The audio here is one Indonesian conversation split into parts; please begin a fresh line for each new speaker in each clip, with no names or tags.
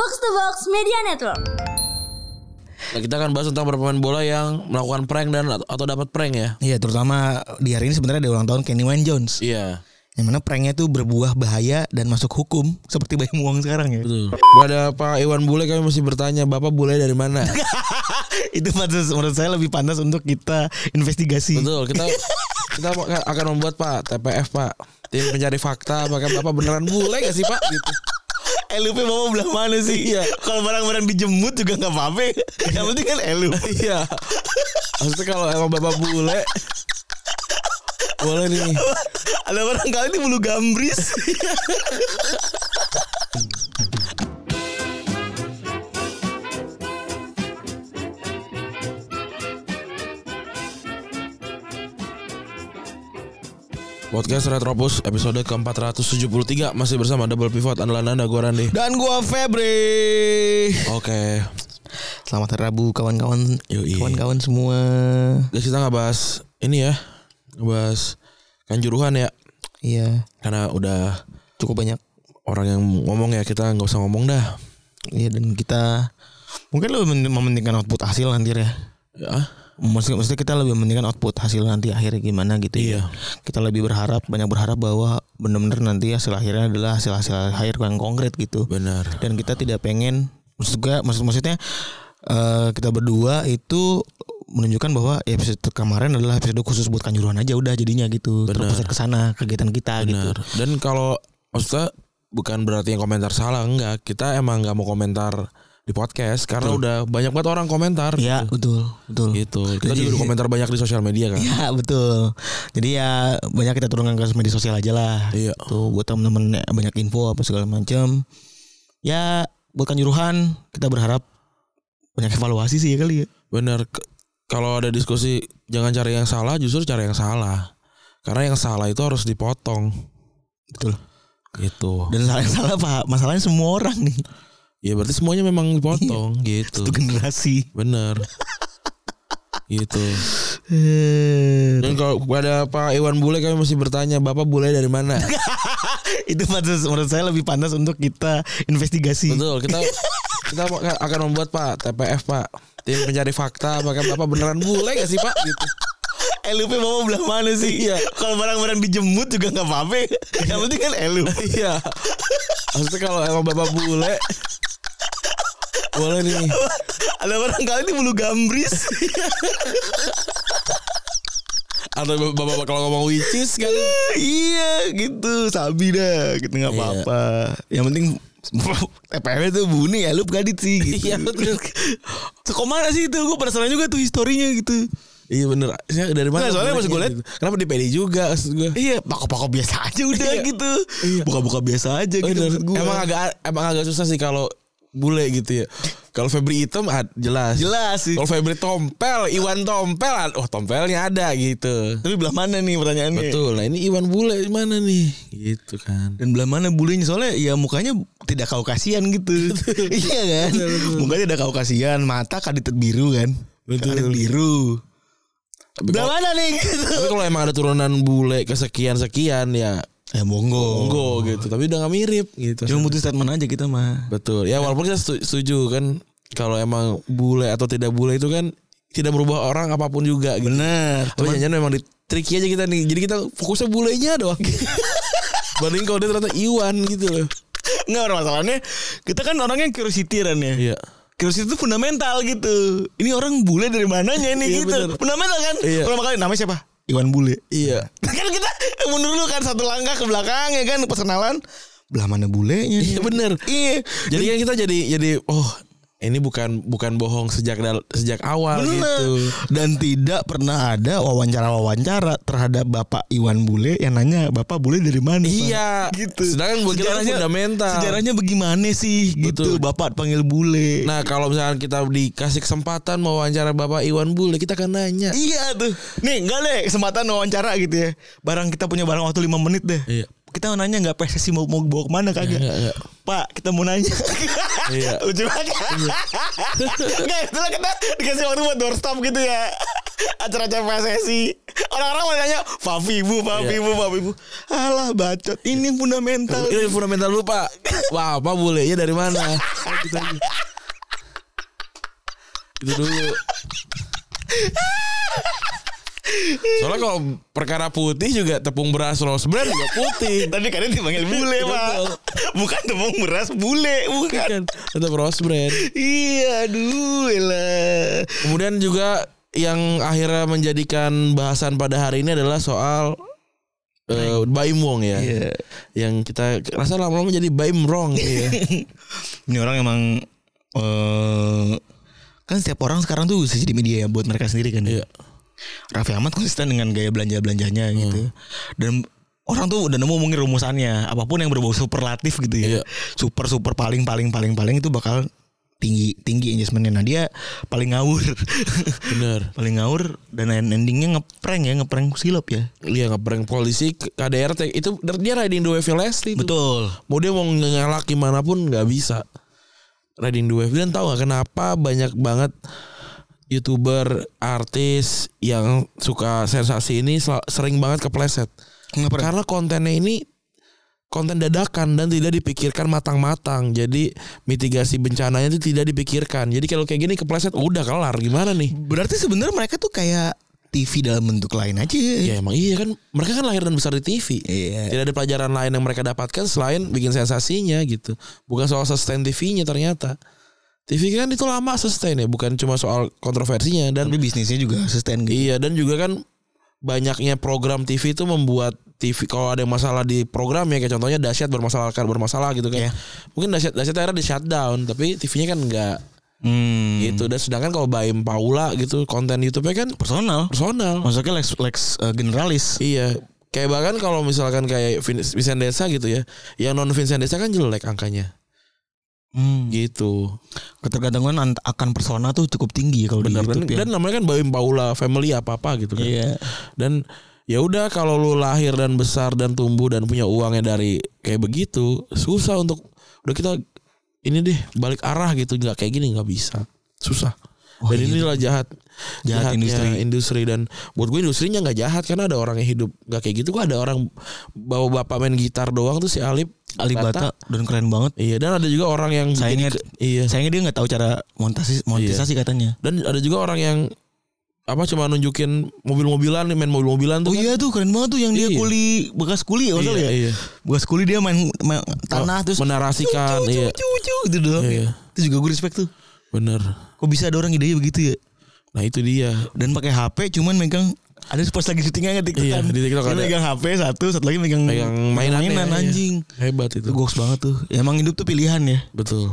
Box to Box Media Network.
Nah, kita akan bahas tentang pemain bola yang melakukan prank dan atau dapat prank ya.
Iya, terutama di hari ini sebenarnya ada ulang tahun Kenny Wayne Jones.
Iya.
Yang mana pranknya tuh berbuah bahaya dan masuk hukum seperti Bayi Muang sekarang ya.
Betul. Pada Pak Iwan Bule kami masih bertanya, Bapak Bule dari mana?
Itu menurut saya lebih pantas untuk kita investigasi.
Betul. Kita akan membuat Pak TPF Pak, tim pencari fakta. Apakah Bapak beneran bule gak sih Pak? Gitu.
LUP Bapak belah mana sih?
Iya.
Kalau barang-barang dijemut juga nggak apa-apa. Yang penting kan LUP.
Iya. Maksudnya kalau emang Bapak bule, boleh nih.
Ada barang kali ini bulu gambris.
Podcast Retropus episode ke-473 masih bersama Double Pivot andalan Anda, gua Randi.
Dan gua Febri.
Oke.
Selamat hari Rabu kawan-kawan.
Yoi.
Kawan-kawan semua.
Guys, kita ngebahas ini ya. Ngebahas Kanjuruhan ya.
Iya.
Karena udah
Cukup banyak
orang yang ngomong ya, kita gak usah ngomong dah.
Iya, dan kita mungkin lebih mementingkan output hasil nanti ya.
Ya.
Maksudnya kita lebih mementingkan output hasil nanti akhirnya gimana gitu
Iya.
ya. Kita lebih banyak berharap bahwa benar-benar nanti hasil akhirnya adalah hasil akhir yang konkret gitu.
Benar.
Dan kita tidak pengen maksudnya kita berdua itu menunjukkan bahwa episode kemarin adalah episode khusus buat Kanjuruhan aja udah jadinya gitu.
Benar.
Terpusat ke sana kegiatan kita.
Benar.
Gitu.
Dan kalau maksudnya bukan berarti yang komentar salah, enggak. Kita emang gak mau komentar di podcast karena udah banyak banget orang komentar.
Iya,
gitu.
betul.
Gitu. Kita juga udah komentar banyak di sosial media kan.
Iya, betul. Jadi ya banyak kita turunkan ke media sosial aja lah.
Iya.
Tuh buat teman-teman banyak info apa segala macam. Ya, buat Kanjuruhan kita berharap banyak evaluasi sih ya kali ya.
Benar. Kalau ada diskusi jangan cari yang salah, justru cari yang salah. Karena yang salah itu harus dipotong.
Betul.
Gitu.
Dan yang salah Pak, masalahnya semua orang nih.
Ya berarti semuanya memang dipotong gitu.
Satu generasi.
Bener. Gitu. Dan kalau pada Pak Iwan Bule kami masih bertanya, Bapak Bule dari mana?
Itu menurut saya lebih pantas untuk kita investigasi.
Betul. Kita akan membuat Pak TPF Pak, tim pencari fakta. Apakah Bapak beneran bule gak sih Pak? Gitu.
LUP Bapak belah mana sih?
Iya.
Kalau barang-barang dijemut juga nggak apa-apa. Yang penting kan LUP.
Iya. Maksudnya kalau emang Bapak bule, boleh nih.
Ada barang kali ini bulu gambris.
Atau Bapak kalau ngomong which kan.
Iya gitu. Sabi dah. Gitu nggak apa-apa. Yang penting TPF itu bunyi ya lu gadit sih gitu.
Iya betul.
Kemana sih itu? Gue penasaran juga tuh historinya gitu.
Iya bener. Dari mana?
Nggak, soalnya pas gue liat,
kenapa di PD juga maksud gue.
Iya, pako-pako biasa aja udah gitu.
Iya.
Buka-buka biasa aja gitu maksud gue.
Emang agak susah sih kalau bule gitu ya. Kalau Febri hitam jelas.
Jelas sih.
Kalau Febri tompel, Iwan tompel, tompelnya ada gitu.
Tapi belah mana nih pertanyaannya?
Betul. Nah ini Iwan bule di mana nih? Gitu kan.
Dan belah mana bulenya? Soalnya ya mukanya tidak kaukasian gitu. Iya kan? Mukanya tidak kaukasian, mata kadit biru kan.
Betul.
Kadit biru. Belah mana nih gitu.
Tapi kalau emang ada turunan bule kesekian-sekian ya monggo gitu. Tapi udah gak mirip gitu.
Cuma butuh statement aja kita mah.
Betul. Ya walaupun kita setuju kan kalau emang bule atau tidak bule itu kan tidak merubah orang apapun juga gitu.
Benar.
Tapi jangan memang tricky aja kita nih. Jadi kita fokusnya bulenya doang. Banding kalau dia ternyata Iwan gitu loh.
Enggak, masalahnya kita kan orangnya curiosity kan ya.
Iya.
Curiosity itu fundamental gitu. Ini orang bule dari mananya nih
Iya,
gitu.
bener.
Fundamental kan?
Iya.
Pertama kali namanya siapa? Iwan Bule.
Iya.
Kan kita mundur dulu kan satu langkah ke belakang ya kan perkenalan. Belah mana bulenya?
Iya bener.
Iya.
Jadi kan kita jadi ini bukan bohong sejak awal.
Bener.
Gitu.
Dan tidak pernah ada wawancara terhadap Bapak Iwan Bule yang nanya Bapak Bule dari mana?
Iya.
Pak? Gitu.
Sedangkan buat kita fundamental.
Sejarahnya bagaimana sih?
Betul.
Gitu. Bapak panggil Bule.
Nah kalau misalnya kita dikasih kesempatan wawancara Bapak Iwan Bule, kita akan nanya.
Iya tuh. Nih enggak deh kesempatan wawancara gitu ya. Kita punya barang waktu 5 menit deh.
Iya.
Kita mau nanya nggak PSSI mau bawa kemana kagak?
Enggak.
Pak, kita mau nanya.
Iya.
Lucu banget. Enggak, itulah kita dikasih waktu buat doorstop gitu ya. acara-acara PSSI. Orang-orang mau nanya Fafi bu. Alah bacot. Ini fundamental.
Ini fundamental lu Pak. Wah apa bolehnya dari mana? Gitu aja. Itu dulu. Soalnya kalau perkara putih juga tepung beras Rose Brand juga putih.
Tadi kan dipanggil bule Pak. Bukan tepung beras bule. Bukan.
Tetap Rose Brand.
Iya aduh lah.
Kemudian juga yang akhirnya menjadikan bahasan pada hari ini adalah soal Baim Wong ya.
Yeah.
Yang kita rasa lama-lama jadi Baim Wrong ya.
Ini orang emang kan setiap orang sekarang tuh bisa jadi media ya buat mereka sendiri kan.
Iya.
Raffi Ahmad konsisten dengan gaya belanja-belanjanya gitu. Dan orang tuh udah nemu mungkin rumusannya. Apapun yang berbau superlatif gitu ya.
Iya.
Super paling itu bakal tinggi engagementnya. Nah dia paling ngawur.
Bener.
Paling ngawur dan endingnya ngeprank silop ya.
Iya ngeprank polisi KDRT itu dia riding the wave Lesti.
Betul.
Mau dia mau ngelak gimana pun nggak bisa. Riding the wave. Dan tahu nggak kenapa banyak banget YouTuber, artis yang suka sensasi ini sering banget kepleset.
Kenapa?
Karena kontennya ini konten dadakan dan tidak dipikirkan matang-matang. Jadi mitigasi bencananya itu tidak dipikirkan. Jadi kalau kayak gini kepleset udah kelar gimana nih?
Berarti sebenarnya mereka tuh kayak TV dalam bentuk lain aja.
Ya emang iya kan. Mereka kan lahir dan besar di TV.
Iya.
Tidak ada pelajaran lain yang mereka dapatkan selain bikin sensasinya gitu. Bukan soal sustain TV-nya ternyata. TV kan itu lama sustain ya, bukan cuma soal kontroversinya dan
tapi bisnisnya juga sustain gitu.
Iya, dan juga kan banyaknya program TV itu membuat TV kalau ada masalah di program ya, kayak contohnya Dahsyat bermasalah gitu kan. Yeah. Mungkin Dahsyat akhirnya di shutdown, tapi TV-nya kan enggak. Gitu. Dan sedangkan kalau Baim Paula gitu konten YouTube-nya kan personal.
Maksudnya Lex generalis.
Iya. Kayak bahkan kalau misalkan kayak Vincent Desa gitu ya, yang non Vincent Desa kan jelek angkanya. Gitu.
Ketergantungan akan persona tuh cukup tinggi kalau di YouTube
dan namanya kan Baim Paula family apa gitu kan.
Iya.
Dan ya udah kalau lu lahir dan besar dan tumbuh dan punya uangnya dari kayak begitu, susah untuk udah kita ini deh balik arah gitu, nggak kayak gini nggak bisa. Susah. Dan inilah jahatnya industri dan buat gue industrinya nggak jahat karena ada orang yang hidup nggak kayak gitu. Kok ada orang bawa bapak main gitar doang tuh si Ali Bata dan keren banget. Iya, dan ada juga orang yang
sayangnya dia nggak tahu cara monetisasi katanya. Dan
ada juga orang yang cuma nunjukin mobil-mobilan, main mobil-mobilan tuh.
Oh kan? Iya tuh keren banget tuh yang dia bekas kuli ya. Iya. Bekas kuli dia main tanah terus
menarasikan
gitu doang. Iya. Itu juga gue respect tuh.
Bener.
Kok bisa ada orang idenya begitu ya?
Nah itu dia.
Dan pakai HP cuman megang ada pas lagi syutingnya ngetik
kan. Di TikTok
dia
ada.
megang HP satu lagi megang mainan anjing.
Hebat itu.
Goks banget tuh. Ya, emang hidup tuh pilihan ya.
Betul.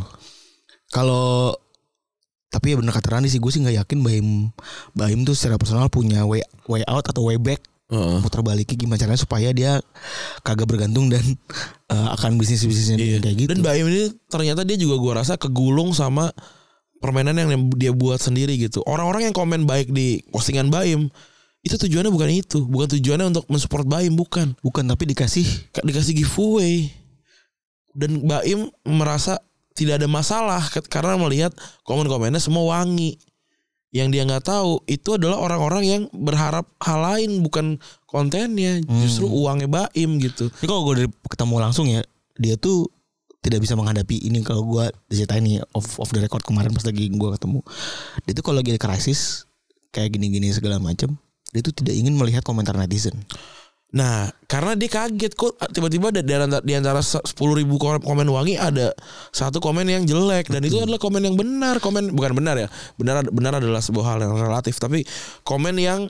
Kalau tapi ya bener kata Randi sih, gue sih nggak yakin Baim tuh secara personal punya way out atau way back. Putar baliknya gimana caranya supaya dia kagak bergantung dan akan bisnisnya kayak gitu.
Dan Baim ini ternyata dia juga gue rasa kegulung sama permainan yang dia buat sendiri gitu. Orang-orang yang komen baik di postingan Baim itu tujuannya bukan itu, bukan tujuannya untuk mensupport Baim, bukan tapi dikasih giveaway. Dan Baim merasa tidak ada masalah karena melihat komen-komennya semua wangi. Yang dia nggak tahu itu adalah orang-orang yang berharap hal lain, bukan kontennya, justru uangnya Baim gitu.
Ini kalau gue ketemu langsung ya, dia tuh tidak bisa menghadapi ini. Kalau gue ceritain nih off the record kemarin pas lagi gue ketemu, dia tuh kalau lagi ada krisis kayak gini-gini segala macam, dia tuh tidak ingin melihat komentar netizen.
Nah karena dia kaget kok tiba-tiba di antara 10.000 komen wangi ada satu komen yang jelek. Dan itu adalah komen yang benar. Komen bukan benar ya, benar adalah sebuah hal yang relatif, tapi komen yang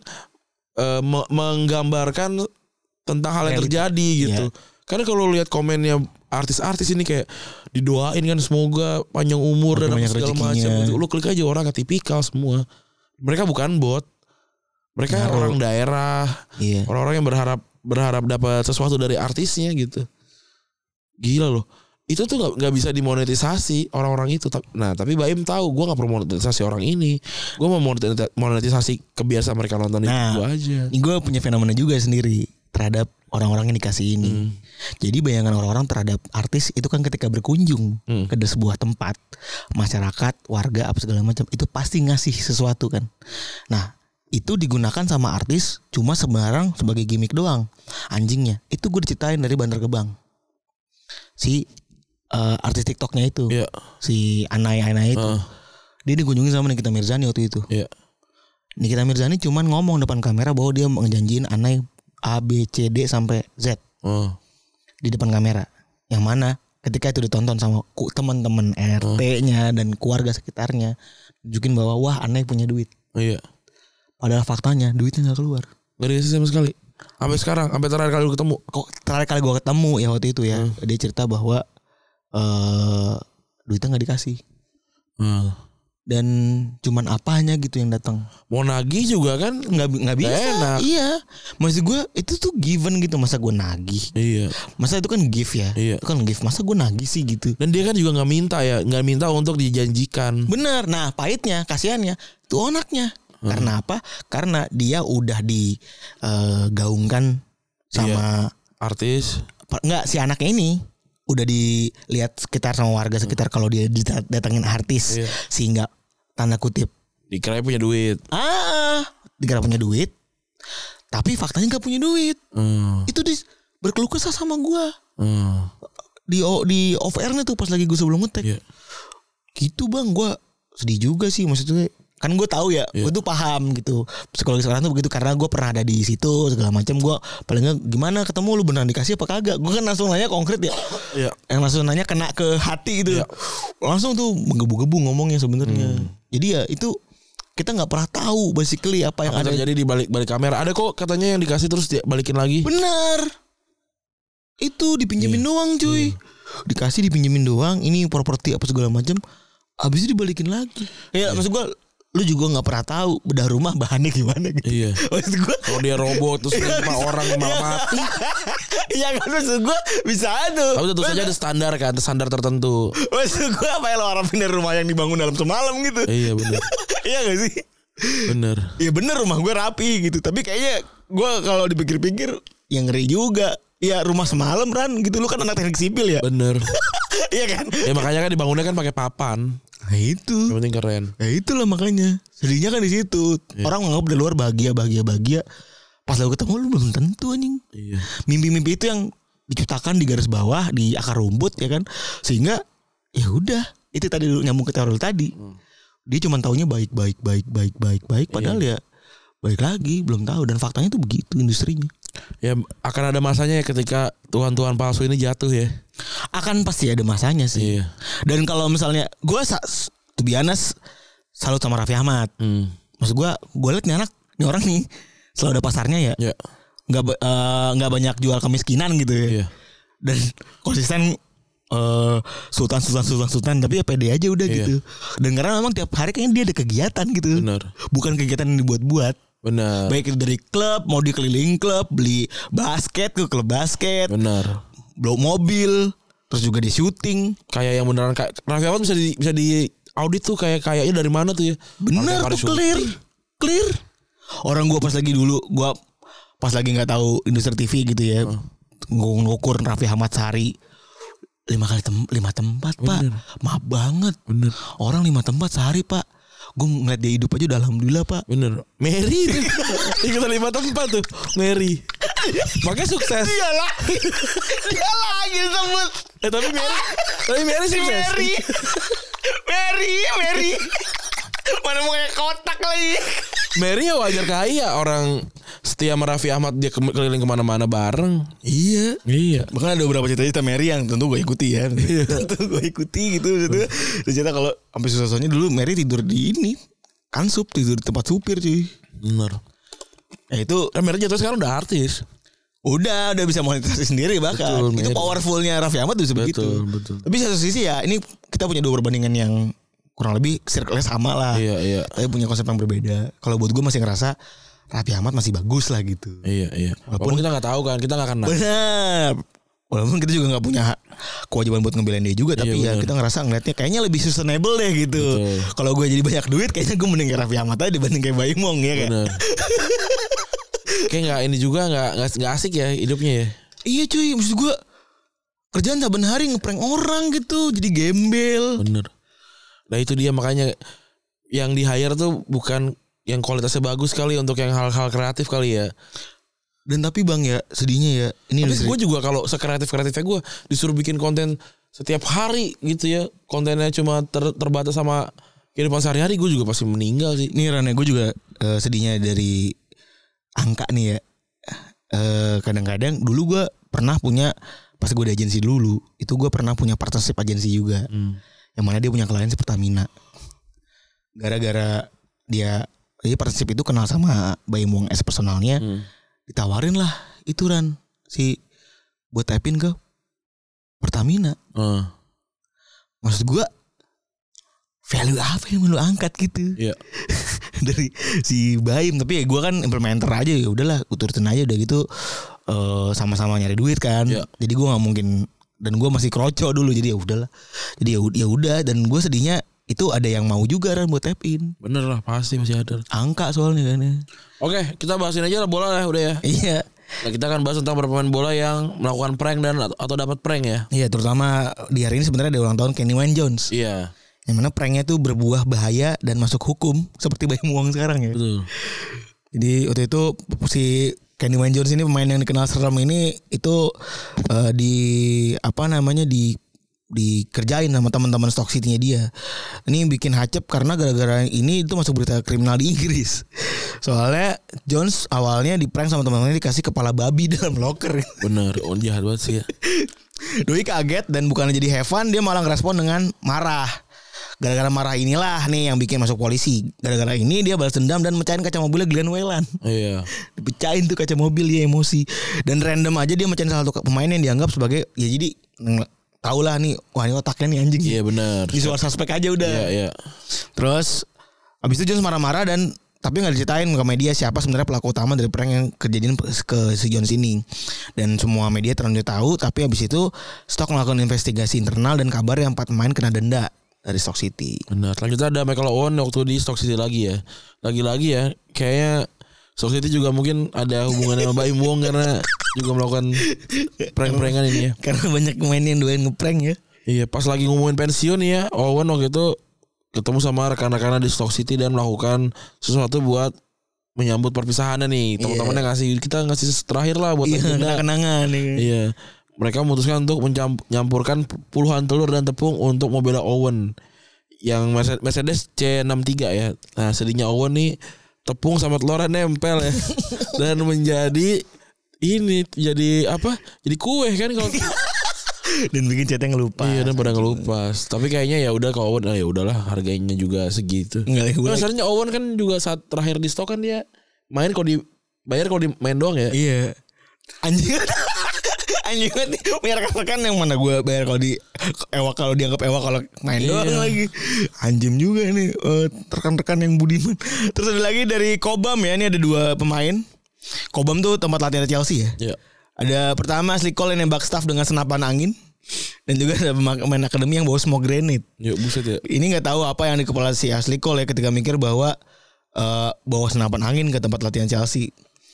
menggambarkan tentang hal yang terjadi gitu. Karena kalau lihat komennya artis-artis ini kayak didoain kan semoga panjang umur dan segala macam. Lu klik aja orang tipikal semua. Mereka bukan bot. Mereka orang daerah. Orang-orang yang berharap dapat sesuatu dari artisnya gitu. Gila loh. Itu tuh nggak bisa dimonetisasi orang-orang itu. Nah tapi Baim tahu gue nggak perlu monetisasi orang ini. Gue mau monetisasi kebiasaan mereka nonton itu aja.
Ini gue punya fenomena juga sendiri terhadap orang-orang yang dikasih ini. Jadi bayangan orang-orang terhadap artis itu kan ketika berkunjung ke sebuah tempat, masyarakat, warga apa segala macam itu pasti ngasih sesuatu kan. Nah itu digunakan sama artis cuma sembarang sebagai gimmick doang. Anjingnya itu gue diceritain dari Bantar Gebang. Si artis TikToknya itu, si Anai itu, dia dikunjungi sama Nikita Mirzani waktu itu. Nikita Mirzani cuman ngomong depan kamera bahwa dia ngejanjiin Anai A, B, C, D sampai Z di depan kamera. Yang mana ketika itu ditonton sama teman-teman RT-nya dan keluarga sekitarnya, tunjukin bahwa wah Anai punya duit. Padahal faktanya duitnya nggak keluar.
Nggak dikasih sama sekali. Sampai sekarang, sampai terakhir kali ketemu.
Terakhir kali gue ketemu ya waktu itu ya, dia cerita bahwa duitnya nggak dikasih. Dan cuman apanya gitu yang datang.
Mau nagih juga kan
nggak bisa.
Enak.
Iya. Maksud gue itu tuh given gitu, masa gue nagih.
Iya.
Masa itu kan gift ya. Itu kan gift. Masa gue nagih sih gitu.
Dan dia kan juga nggak minta ya, nggak minta untuk dijanjikan.
Bener. Nah pahitnya, kasihannya itu anaknya. Karena apa? Karena dia udah digaungkan sama
artis.
Enggak, si anaknya ini udah dilihat sekitar sama warga sekitar kalau dia didatengin artis, sehingga tanda kutip
dikira punya duit.
Dikira punya duit, tapi faktanya nggak punya duit. Itu berkeluh kesah sama gue. Di off airnya tuh pas lagi gue sebelum ngetek. Gitu bang, gue sedih juga sih maksudnya. Kan gue tahu ya, gue tuh paham gitu psikologi sekarang tuh begitu karena gue pernah ada di situ segala macam. Gue paling nggak gimana ketemu lu beneran dikasih apa kagak? Gue kan langsung nanya konkret ya, yang langsung nanya kena ke hati gitu, langsung tuh menggebu-gebu ngomongnya sebenarnya. Jadi ya itu kita nggak pernah tahu basically apa yang ada
terjadi di balik kamera. Ada kok katanya yang dikasih terus dia balikin lagi.
Bener, itu dipinjemin doang cuy, dikasih dipinjemin doang. Ini properti apa segala macam, abis itu dibalikin lagi. Ya maksud gue, lu juga nggak pernah tahu bedah rumah bahannya gimana gitu. Maksud gue kalau
dia robot terus 5 orang malah mati.
Iya kan, maksud gue bisa tuh.
Tapi tentu saja ada standar kan, ada standar tertentu.
Maksud gue apa ya, lo orang pindah rumah yang dibangun dalam semalam gitu.
Iya benar.
Iya gak sih?
Bener.
Iya bener, rumah gue rapi gitu. Tapi kayaknya gue kalau dipikir-pikir yang ngeri juga. Ya rumah semalam Ran gitu, lu kan anak teknik sipil ya.
Bener.
Iya kan?
Ya makanya kan dibangunnya kan pakai papan.
Nah itu.
Yang penting keren.
Ya itulah makanya. Sedihnya kan di situ. Orang menganggap dari luar bahagia. Pas lalu ketemu lu belum tentu anjing. Mimpi-mimpi itu yang diciptakan di garis bawah, di akar rumput ya kan. Sehingga ya udah, itu tadi nyambung ke teori tadi. Dia cuma taunya baik. Padahal ya balik lagi belum tahu, dan faktanya tuh begitu industrinya.
Ya akan ada masanya ya ketika Tuhan palsu ini jatuh ya.
Akan pasti ada masanya sih. Dan kalau misalnya gue to be honest, salut sama Raffi Ahmad. Maksud gue liat nih orang nih selalu ada pasarnya ya. Nggak banyak jual kemiskinan gitu ya. Dan konsisten sultan tapi ya pede aja udah gitu. Dan karena memang tiap hari kayaknya dia ada kegiatan gitu.
Benar.
Bukan kegiatan yang dibuat-buat.
Benar.
Baik itu dari klub, mau dikeliling klub, beli basket ke klub basket.
Benar.
Bawa mobil, terus juga di syuting.
Kayak yang beneran kayak Raffi Ahmad bisa di audit tuh kayaknya dari mana tuh ya.
Bener tuh, clear. Orang gue pas lagi nggak tahu industri TV gitu ya, ngukur Raffi Ahmad sehari 5 tempat. Bener. Pak, maaf banget. Bener. Orang 5 tempat sehari pak. Gue ngeliat dia hidup aja udah alhamdulillah pak.
Bener. Mary tuh ikutan 5 tempat tuh Mary. Makanya sukses. Dia lagi disebut. Tapi Mary sukses. Mary
Mana mau kayak kotak lagi.
Mary ya wajar kaya, orang setia sama Raffi Ahmad, dia keliling kemana-mana bareng.
Iya. Bahkan ada beberapa cerita Mary yang tentu gue ikuti ya. Tentu gue ikuti gitu. Cerita kalau sampai susah-susahnya dulu Mary tidur di ini Kansup, tidur di tempat supir cuy.
Bener.
Itu
Mary jatuh sekarang udah artis.
Udah bisa monetisasi sendiri bahkan. Betul, itu powerfulnya Raffi Ahmad bisa begitu.
Betul.
Tapi satu sisi ya, ini kita punya dua perbandingan yang kurang lebih circle-nya sama lah.
Iya.
Tapi punya konsep yang berbeda. Kalau buat gue masih ngerasa Raffi Ahmad masih bagus lah gitu.
Iya. Walaupun kita nggak tahu kan, kita nggak kenal.
Benar. Walaupun kita juga nggak punya kewajiban buat ngebelain dia juga, tapi ya kita ngerasa ngeliatnya kayaknya lebih sustainable deh gitu. Kalau gue jadi banyak duit, kayaknya gue mending kayak Raffi Ahmad aja dibanding kayak Baim Wong ya kan.
Kayak nggak ini juga nggak asik ya hidupnya ya. Iya
cuy, maksud gue kerjaan saben hari ngeprank orang gitu, jadi gembel.
Bener. Nah itu dia makanya yang di hire tuh bukan yang kualitasnya bagus kali untuk yang hal-hal kreatif kali ya.
Dan tapi Bang ya sedihnya ya. Ini
tapi gue juga kalau sekreatif-kreatifnya gue disuruh bikin konten setiap hari gitu ya. Kontennya cuma terbatas sama kehidupan sehari-hari, gue juga pasti meninggal sih.
Nih Rane, gue juga sedihnya dari angka nih ya. Kadang-kadang dulu gue pernah punya, pas gue di agensi dulu, itu gue pernah punya partnership agensi juga. Yang mana dia punya klien si Pertamina. Gara-gara dia partnership itu kenal sama Baim Wong as personalnya, ditawarin lah itu Ran si buat tapin ke Pertamina. Maksud gue value apa yang lu angkat gitu?
Iya.
Dari si Baim, tapi ya gue kan implementer aja, ya udahlah gue turutin aja udah gitu. Sama-sama nyari duit kan. Jadi gue nggak mungkin, dan gue masih kroco dulu, jadi ya udahlah. Jadi ya udah, dan gue sedihnya itu ada yang mau juga kan buat tap in.
Bener lah, pasti masih ada.
Angka soalnya kan ya.
Oke, kita bahasin aja lah bola lah udah ya.
Iya.
Nah, kita akan bahas tentang beberapa pemain bola yang melakukan prank dan atau dapat prank ya.
Iya, terutama di hari ini sebenarnya ada ulang tahun Kenny Wayne Jones.
Iya.
Yang mana pranknya tuh berbuah bahaya dan masuk hukum seperti Baim Wong sekarang ya.
Betul.
Jadi waktu itu si Kenny Wayne Jones ini pemain yang dikenal serem ini itu dikerjain sama teman-teman Stoke City-nya dia. Ini bikin hacep karena gara-gara ini itu masuk berita kriminal di Inggris. Soalnya Jones awalnya di-prank sama teman-temannya dikasih kepala babi dalam locker.
Bener, jahat banget sih ya.
Doi kaget dan bukannya jadi have fun, dia malah ngerespon dengan marah. Gara-gara marah inilah nih yang bikin masuk polisi. Gara-gara ini dia balas dendam dan mecahin kaca mobilnya Glenn Whelan.
Iya.
Dipecahin tuh kaca mobil, dia emosi. Dan random aja dia mecahin salah satu pemain yang dianggap sebagai, ya jadi tau lah nih, wah ini otaknya nih anjing.
Iya benar.
Visual suspek aja udah.
Iya.
Terus abis itu Jones marah-marah dan tapi nggak diceritain ke media siapa sebenarnya pelaku utama dari prank yang kejadian ke si Jones ini. Dan semua media terlanjur tahu. Tapi abis itu Stoke melakukan investigasi internal dan kabar yang 4 pemain kena denda dari Stoke City.
Benar. Selanjutnya ada Michael Owen waktu di Stoke City lagi ya. Lagi-lagi ya, kayaknya Stoke City juga mungkin ada hubungannya sama Baim Wong karena juga melakukan prank-prankan ini ya.
Karena banyak pemain yang doain ngeprank ya.
Iya, pas lagi ngomongin pensiun ya, Owen waktu itu ketemu sama rekan-rekannya di Stoke City dan melakukan sesuatu buat menyambut perpisahannya nih. Teman-temannya ngasih terakhir lah buat
kenangan nih.
Iya. Mereka memutuskan untuk menyampurkan puluhan telur dan tepung untuk mobil Owen yang Mercedes C63 ya. Nah, sedihnya Owen nih, tepung sama telurnya nempel ya. Dan menjadi ini jadi apa? Jadi kue kan kalau
dan bikin chatnya ngelupas.
Iya, dan pada ngelupas. Tapi kayaknya ya udah kalau Owen ya udahlah, harganya juga segitu. Masalahnya Owen kan juga saat terakhir di Stoke kan dia main kalau dibayar kalau di main doang ya.
Iya. Anjing banget nih. Biar rekan yang mana gue bayar kalau di ewak, kalau dianggap ewak kalau main doang lagi. Anjing juga nih rekan-rekan yang budiman. Terus ada lagi dari Cobham ya. Ini ada 2 pemain. Cobham tuh tempat latihan Chelsea ya.
Iya.
Ada pertama Ashley Cole yang nembak staff dengan senapan angin. Dan juga ada pemain akademi yang bawa smoke grenade.
Ya buset ya.
Ini gak tahu apa yang di kepala si Ashley Cole ya ketika mikir bahwa bawa senapan angin ke tempat latihan Chelsea.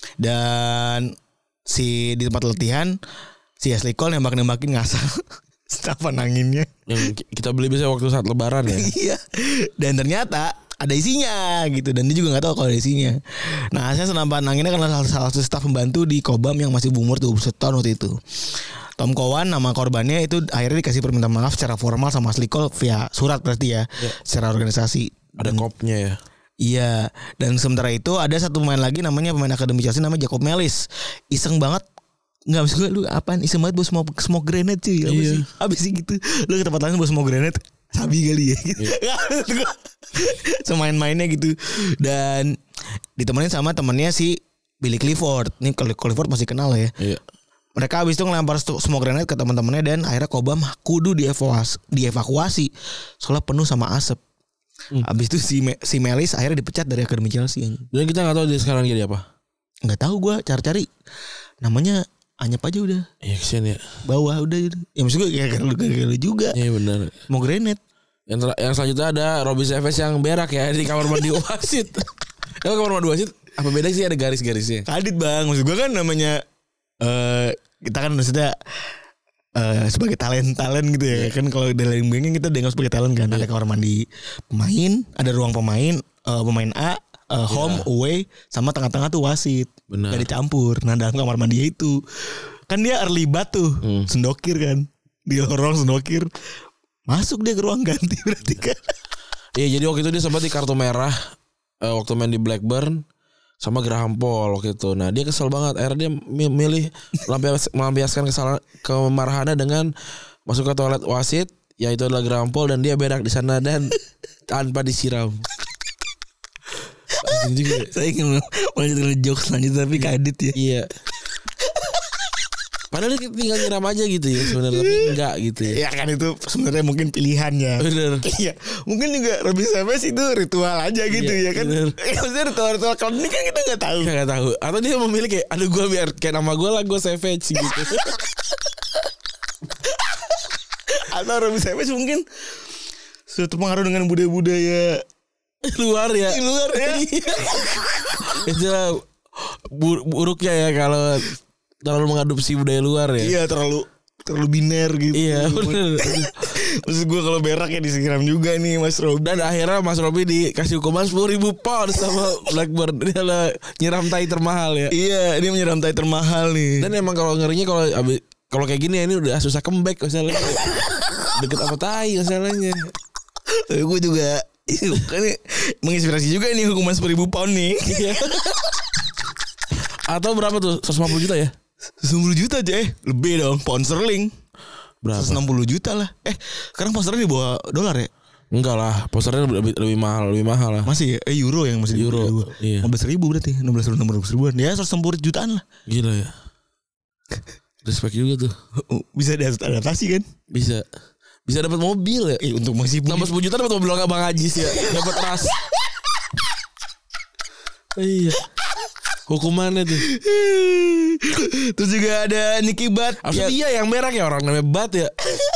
Dan di tempat latihan si Ashley Cole nembakin ngasal senapan anginnya.
Yang kita beli biasanya waktu saat lebaran ya.
Iya. Dan ternyata ada isinya gitu, dan dia juga nggak tahu kalau ada isinya. Nah, saya senapan anginnya karena salah satu staf pembantu di Cobham yang masih berumur 21 tahun waktu itu. Tom Cowan nama korbannya itu akhirnya dikasih permintaan maaf secara formal sama Ashley Cole via surat berarti ya. Secara organisasi.
Ada kopnya ya.
Iya, dan sementara itu ada satu pemain lagi namanya pemain akademi Chelsea namanya Jacob Mellis. Iseng banget. Nggak bisa gue, lu apaan iseng banget bawa smoke grenade cuy. Abis sih gitu. Lu ke tempat lain bawa smoke grenade, sabi kali ya gitu. Semain-mainnya gitu. Dan ditemenin sama temennya si Billy Clifford. Ini Clifford masih kenal ya.
Iya.
Mereka abis itu ngelempar smoke grenade ke teman-temannya dan akhirnya Cobham kudu dievakuasi soalnya penuh sama asap. Abis itu si Melis akhirnya dipecat dari akademi Chelsea.
Dan kita nggak tahu dia sekarang jadi apa.
Nggak tahu gue, cari-cari namanya anyep aja udah.
Iya kesian ya.
Bawah udah. Ya maksud gue kayak lu juga.
Iya benar.
Mau grenade.
Yang selanjutnya ada Robby Seves yang berak ya di kamar mandi wasit. Kalau kamar mandi wasit apa beda sih, ada garis-garisnya?
Kadit bang, maksud gue kan namanya kita kan maksudnya sebagai talent gitu ya. Kan kalau dalam banking kita dianggap sebagai talent kan. Ada kamar mandi pemain, ada ruang pemain, pemain A, home, away, sama tengah-tengah tuh wasit.
Benar.
Gak dicampur. Nah dalam kamar mandi itu kan dia early bat tuh, sendokir kan. Dia lorong sendokir. Masuk dia ke ruang ganti berarti kan.
Iya, jadi waktu itu dia sempat di kartu merah waktu main di Blackburn sama Graham Paul waktu itu. Nah dia kesel banget. Akhirnya dia milih melampiaskan kemarahannya dengan masuk ke toilet wasit, yaitu adalah Graham Paul, dan dia berak di sana dan tanpa disiram.
Saya ingin melanjutkan jokes selanjutnya tapi kadit ya.
Iya. Padahal dia tinggal nyiram aja gitu ya sebenarnya, tapi enggak gitu ya.
Ya kan itu sebenarnya mungkin pilihannya.
Bener.
Iya, mungkin juga Robby Savage itu ritual aja gitu ya kan. Maksudnya ritual kalau ini kan kita nggak tahu.
Nggak tahu. Atau dia memilih kayak, aduh gue biar kayak nama gue lah, gue Savage gitu.
Atau Robby Savage mungkin sudah terpengaruh dengan budaya-budaya
luar ya. Itu buruknya ya kalau terlalu mengadopsi budaya luar ya.
Iya, terlalu biner gitu.
Iya bener.
Maksud gue kalau berak ya disiram juga nih Mas Robby.
Dan akhirnya Mas Robby dikasih hukuman 10.000 pound sama Blackburn. Dia lah nyiram tai termahal ya.
Iya, dia menyiram tai termahal nih.
Dan emang kalau ngerinya kalau kayak gini ya, ini udah susah comeback masalahnya. Deket apa tai masalahnya.
Tapi gue juga kan menginspirasi juga nih hukuman 10.000 pound nih.
Atau berapa tuh? 150 juta ya?
90 juta aja lebih dong. Pound sterling
berapa?
160 juta lah. Sekarang pound sterling di bawah dolar ya?
Enggak lah, posternya lebih mahal lah.
Masih ya? Euro yang masih
Euro. Iya.
15.000 berarti. 16 ribuan. Ya 160 jutaan lah.
Gila ya. Respect juga tuh.
Bisa diadaptasi kan?
Bisa dapat mobil ya.
Untuk masih
10 juta dapat mobil Bang Ajis ya. Dapat ras. Iya. Hukumannya tuh.
Terus juga ada Nicky Butt.
Harusnya dia yang berak ya, orang namanya Butt ya.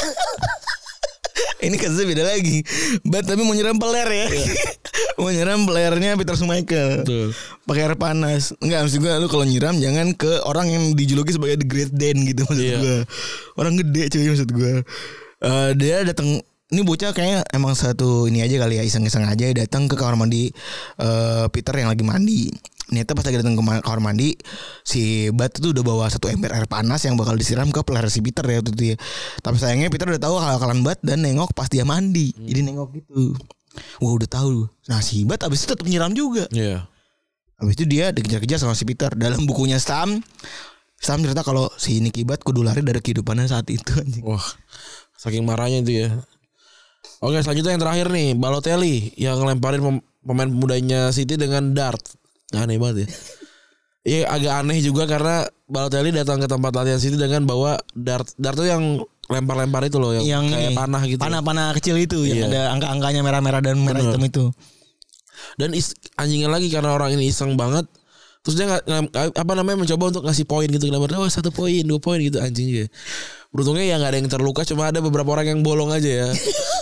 Ini kasusnya beda lagi. Butt tapi mau nyiram peler ya. Mau nyiram pelernya Peter Schmeichel. Pakai air panas. Enggak, maksud gue lu kalau nyiram jangan ke orang yang dijuluki sebagai The Great Dan gitu maksud gue. Orang gede cuy maksud gue. Dia datang. Ini bocah kayaknya emang satu ini aja kali ya, iseng-iseng aja datang ke kamar mandi Peter yang lagi mandi. Ternyata pas lagi datang ke kamar mandi, si Butt tuh udah bawa 1 ember air panas yang bakal disiram ke peler si Peter ya waktu itu ya. Tapi sayangnya Peter udah tahu akal-akalan Butt dan nengok pas dia mandi. Jadi nengok gitu. Wah udah tahu. Nah si Butt abis itu tetap nyiram juga.
Iya.
Abis itu dia dikejar-kejar sama si Peter. Dalam bukunya Stam cerita kalau si Nicky Butt kudu lari dari kehidupannya saat itu anjing.
Wah, saking marahnya itu ya. Oke, selanjutnya yang terakhir nih, Balotelli yang ngelemparin pemain mudanya City dengan dart. Aneh banget ya. Iya, agak aneh juga karena Balotelli datang ke tempat latihan City dengan bawa dart. Dart tuh yang lempar-lempar itu loh, yang kayak panah gitu.
Panah kecil itu yang ada angka-angkanya merah-merah dan merah hitam itu. Dan
anjingnya lagi karena orang ini iseng banget. Terus dia mencoba untuk ngasih poin gitu. Kenapa? 1 poin, 2 poin gitu anjingnya. Beruntungnya ya nggak ada yang terluka, cuma ada beberapa orang yang bolong aja ya.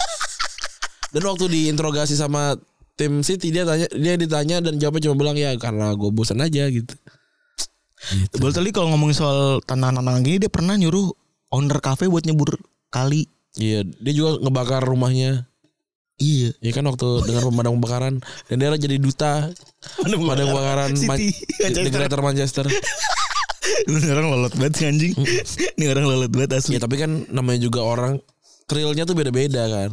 Dan waktu diinterogasi sama tim City dia ditanya dan jawabnya cuma bilang ya karena gue bosan aja gitu.
Balotelli kalau ngomongin soal tantangan gini, dia pernah nyuruh owner cafe buat nyebur kali.
Iya, dia juga ngebakar rumahnya.
Iya.
Ya kan waktu dengan pemadam kebakaran, dan dia jadi duta pemadam kebakaran di Greater Manchester.
Ini orang lolot banget anjing. Ini orang lolot banget asli.
Ya tapi kan namanya juga orang, thrillnya tuh beda-beda kan.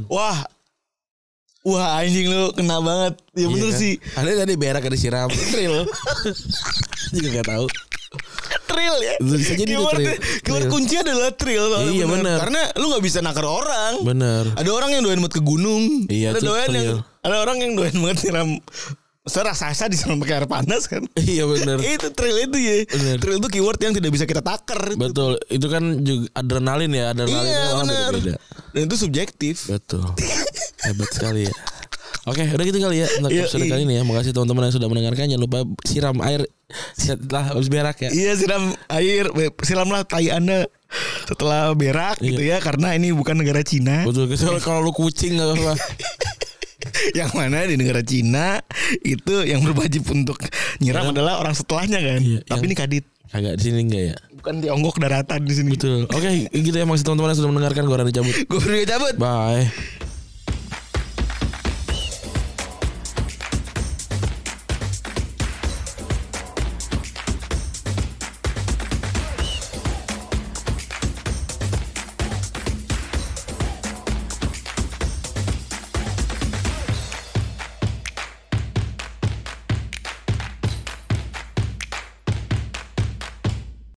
Wah anjing lu kena banget. Ya bener kan? Sih.
Ada tadi berak ada siram. Thrill. Juga gak tahu.
Thrill ya.
Bisa jadi itu thrill.
Keyword kunci adalah thrill.
Iya benar.
Karena lu gak bisa nakar orang.
Bener.
Ada orang yang doyan banget ke gunung.
Iya,
ada orang yang doyan banget siram. Rasa disiram pakai air panas kan.
Iya benar.
Itu thrill itu ya. Bener. Thrill itu keyword yang tidak bisa kita takar.
Betul. Itu kan juga adrenalin ya. Adrenalinnya orang beda-beda.
Dan itu subjektif.
Betul. Hebat sekali ya. Oke, udah gitu kali ya untuk episode kali ini ya. Makasih teman-teman yang sudah mendengarkan. Jangan lupa siram air setelah habis berak ya. Iya, siram air, siramlah tai Anda setelah berak gitu ya, karena ini bukan negara Cina. Betul. Kalau lu kucing enggak apa-apa. Yang mana di negara Cina itu yang berwajib untuk nyiram adalah orang setelahnya kan. Iya, tapi ini kadit. Kagak di sini enggak ya? Bukan tiongkok daratan di sini. Betul. Oke, gitu ya, makasih teman-teman yang sudah mendengarkan. Gue Rani cabut. Bye.